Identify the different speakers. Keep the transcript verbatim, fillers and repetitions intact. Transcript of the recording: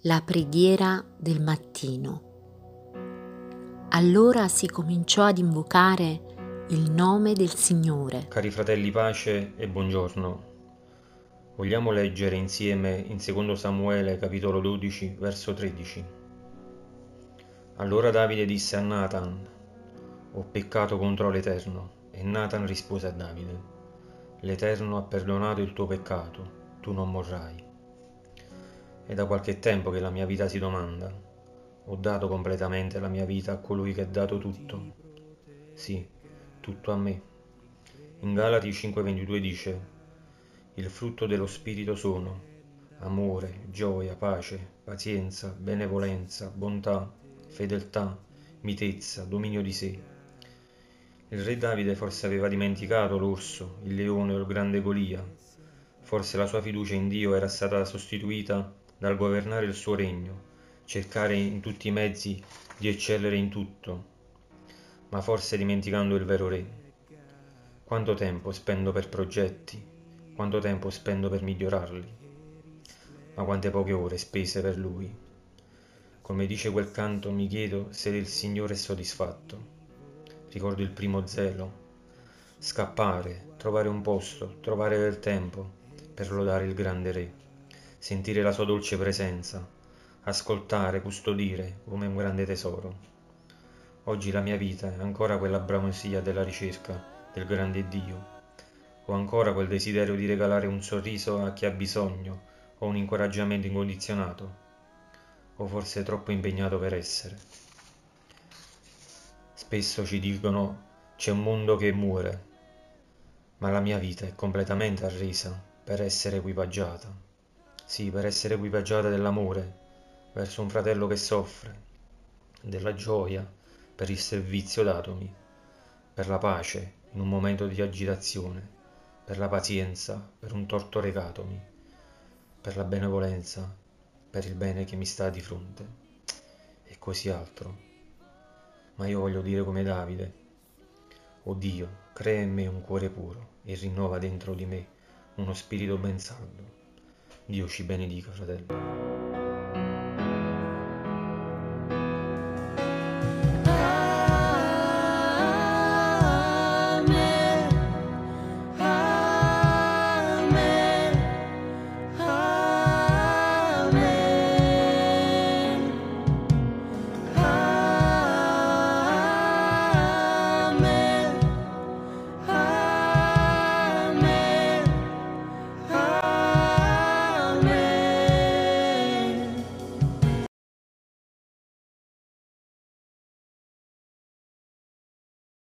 Speaker 1: La preghiera del mattino. Allora si cominciò ad invocare il nome del Signore.
Speaker 2: Cari fratelli, pace e buongiorno. Vogliamo leggere insieme in secondo Samuele capitolo dodici verso tredici. Allora Davide disse a Nathan: Ho peccato contro l'Eterno. E Nathan rispose a Davide: L'Eterno ha perdonato il tuo peccato, tu non morrai. È da qualche tempo che la mia vita si domanda: ho dato completamente la mia vita a colui che ha dato tutto? Sì, tutto a me. In Galati cinque ventidue dice: il frutto dello Spirito sono amore, gioia, pace, pazienza, benevolenza, bontà, fedeltà, mitezza, dominio di sé. Il re Davide forse aveva dimenticato l'orso, il leone o il grande Golia. Forse la sua fiducia in Dio era stata sostituita dal governare il suo regno, cercare in tutti i mezzi di eccellere in tutto, ma forse dimenticando il vero re. Quanto tempo spendo per progetti, quanto tempo spendo per migliorarli, ma quante poche ore spese per lui. Come dice quel canto, mi chiedo se il Signore è soddisfatto. Ricordo il primo zelo, scappare, trovare un posto, trovare del tempo per lodare il grande re, sentire la sua dolce presenza, ascoltare, custodire come un grande tesoro. Oggi la mia vita è ancora quella bramosia della ricerca del grande Dio. Ho ancora quel desiderio di regalare un sorriso a chi ha bisogno o un incoraggiamento incondizionato, o forse troppo impegnato per essere. Spesso ci dicono c'è un mondo che muore, ma la mia vita è completamente arresa per essere equipaggiata. Sì, per essere equipaggiata dell'amore verso un fratello che soffre, della gioia per il servizio datomi, per la pace in un momento di agitazione, per la pazienza per un torto recatomi, per la benevolenza per il bene che mi sta di fronte e così altro. Ma io voglio dire come Davide: o Dio, crea in me un cuore puro e rinnova dentro di me uno spirito ben saldo. Dio ci benedica, fratello.